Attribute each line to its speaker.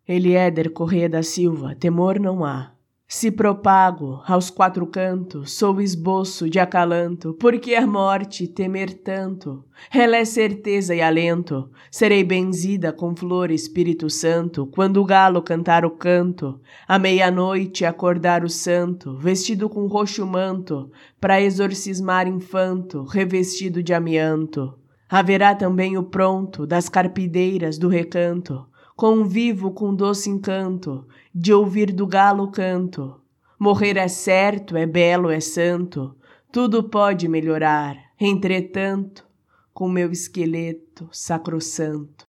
Speaker 1: Eliéder Corrêa da Silva, temor não há. Se propago aos quatro cantos, sou esboço de acalanto, porque a morte temer tanto? Ela é certeza e alento, serei benzida com flor Espírito Santo, quando o galo cantar o canto, à meia-noite acordar o santo, vestido com roxo manto, para exorcismar infanto, revestido de amianto. Haverá também o pronto das carpideiras do recanto, convivo com doce encanto de ouvir do galo canto. Morrer é certo, é belo, é santo, tudo pode melhorar, entretanto, com meu esqueleto sacrossanto.